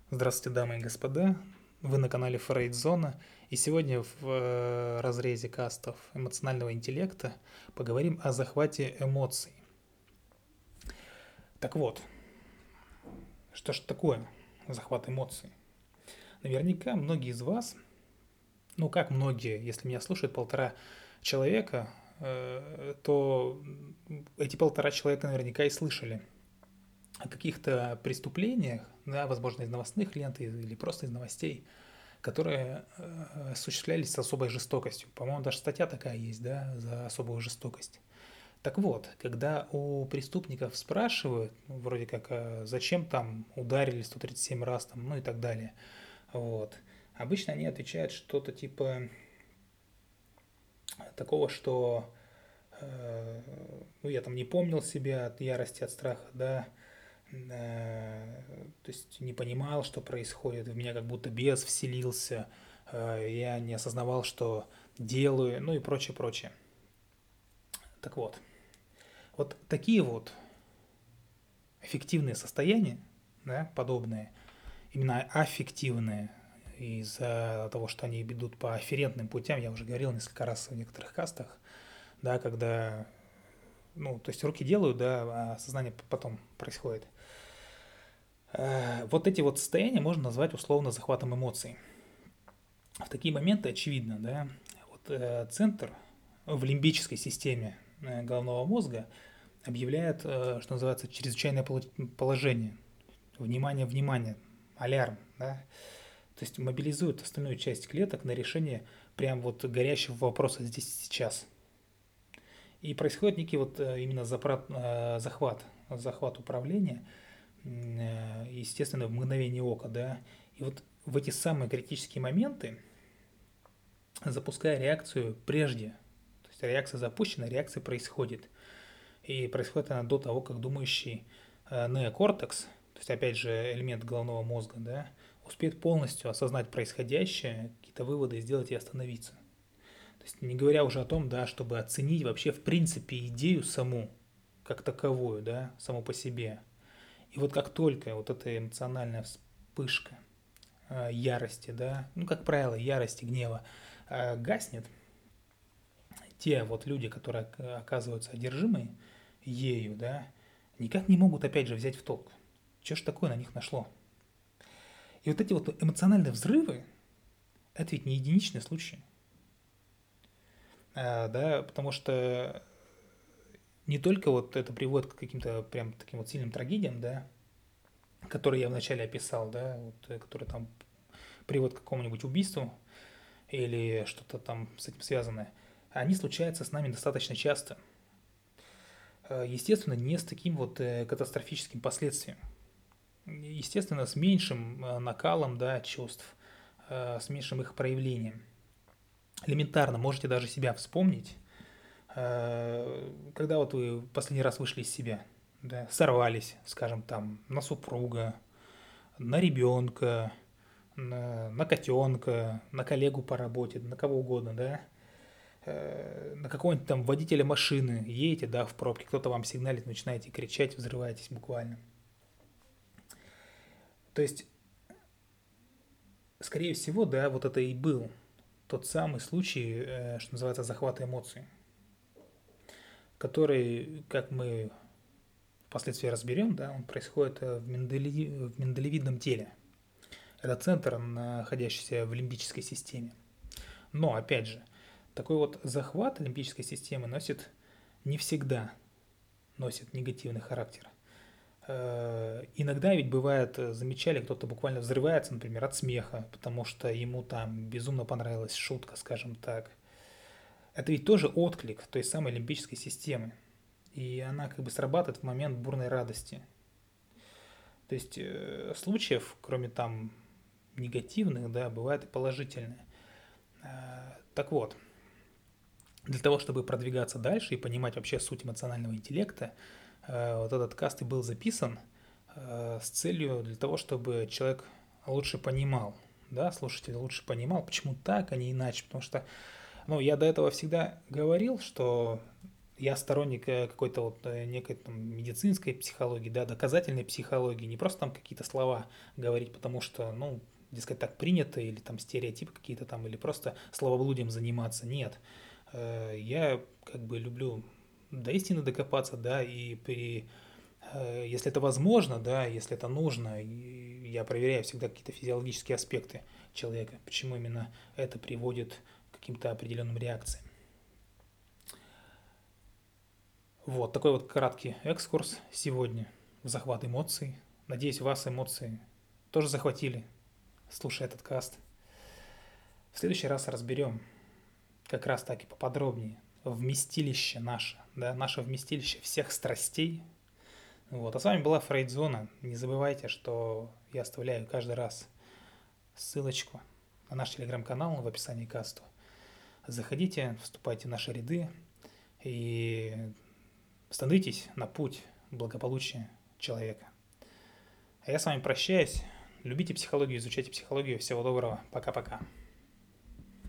Здравствуйте, дамы и господа. Вы на канале Фрейдзона. И сегодня в разрезе кастов эмоционального интеллекта поговорим о захвате эмоций. Так вот, что ж такое захват эмоций? Наверняка многие из вас, ну как многие, если меня слушает 1,5 человека, то эти 1,5 человека наверняка и слышали о каких-то преступлениях, да, возможно, из новостных лент или просто из новостей, которые осуществлялись с особой жестокостью. По-моему, даже статья такая есть, да, за особую жестокость. Так вот, когда у преступников спрашивают, ну, вроде как, зачем там ударили 137 раз, там, ну и так далее, вот, обычно они отвечают что-то типа такого, что ну, я там не помнил себя от ярости, от страха, да, то есть не понимал, что происходит, в меня как будто бес вселился, я не осознавал, что делаю, ну и прочее, прочее. Так вот, вот такие вот аффективные состояния, да, подобные, именно аффективные, из-за того, что они идут по афферентным путям, я уже говорил несколько раз в некоторых кастах, да, когда, ну, то есть руки делают, да, а сознание потом происходит. Вот эти вот состояния можно назвать условно захватом эмоций. В такие моменты очевидно, да, вот центр в лимбической системе головного мозга объявляет, что называется, чрезвычайное положение. Внимание, внимание, алярм, да. То есть мобилизует остальную часть клеток на решение прям вот горящего вопроса здесь и сейчас. И происходит некий вот именно захват управления, естественно, в мгновение ока, да. И вот в эти самые критические моменты, запуская реакцию прежде, то есть реакция запущена, реакция происходит. И происходит она до того, как думающий неокортекс, то есть опять же элемент головного мозга, да, успеет полностью осознать происходящее, какие-то выводы сделать и остановиться. То есть не говоря уже о том, да, чтобы оценить вообще в принципе идею саму, как таковую, да, саму по себе. И вот как только вот эта эмоциональная вспышка ярости, да, ну, как правило, ярости, гнева гаснет, те вот люди, которые оказываются одержимы ею, да, никак не могут опять же взять в толк. Что ж такое на них нашло? И вот эти вот эмоциональные взрывы, это ведь не единичный случай. Да, потому что не только вот это приводит к каким-то прям таким вот сильным трагедиям, да, которые я вначале описал, да, вот, которые там приводят к какому-нибудь убийству или что-то там с этим связанное, они случаются с нами достаточно часто. Естественно, не с таким вот катастрофическим последствием. Естественно, с меньшим накалом, да, чувств, с меньшим их проявлением. Элементарно, можете даже себя вспомнить, когда вот вы последний раз вышли из себя, да, сорвались, скажем, там, на супруга, на ребенка, на котенка, на коллегу по работе, на кого угодно, да, на какого-нибудь там водителя машины, едете, да, в пробке, кто-то вам сигналит, начинаете кричать, взрываетесь буквально. То есть, скорее всего, да, вот это и был тот самый случай, что называется, захвата эмоций, который, как мы впоследствии разберем, да, он происходит в миндалевидном теле. Это центр, находящийся в лимбической системе. Но, опять же, такой вот захват лимбической системы носит не всегда носит негативный характер. Иногда ведь бывает, замечали, кто-то буквально взрывается, например, от смеха, потому что ему там безумно понравилась шутка, скажем так. Это ведь тоже отклик той самой лимбической системы. И она как бы срабатывает в момент бурной радости. То есть случаев, кроме там негативных, да, бывают и положительные. Так вот, для того, чтобы продвигаться дальше и понимать вообще суть эмоционального интеллекта, вот этот каст и был записан с целью для того, чтобы человек лучше понимал, да, слушатель лучше понимал, почему так, а не иначе. Потому что, ну, я до этого всегда говорил, что Я сторонник какой-то вот некой там медицинской психологии, да, доказательной психологии, не просто там какие-то слова говорить, потому что, ну, дескать, так принято, или там стереотипы какие-то там, или просто словоблудием заниматься. Нет. Я как бы люблю до истины докопаться, да, и если это возможно, да, если это нужно, я проверяю всегда какие-то физиологические аспекты человека, почему именно это приводит к каким-то определенным реакциям. Вот такой вот краткий экскурс сегодня в захват эмоций. Надеюсь, вас эмоции тоже захватили, слушая этот каст. В следующий раз разберем как раз таки поподробнее вместилище наше, да, наше вместилище всех страстей. Вот. А с вами была Фрейдзона. Не забывайте, что я оставляю каждый раз ссылочку на наш телеграм-канал в описании к касту. Заходите, вступайте в наши ряды и становитесь на путь благополучия человека. А я с вами прощаюсь. Любите психологию, изучайте психологию. Всего доброго. Пока-пока.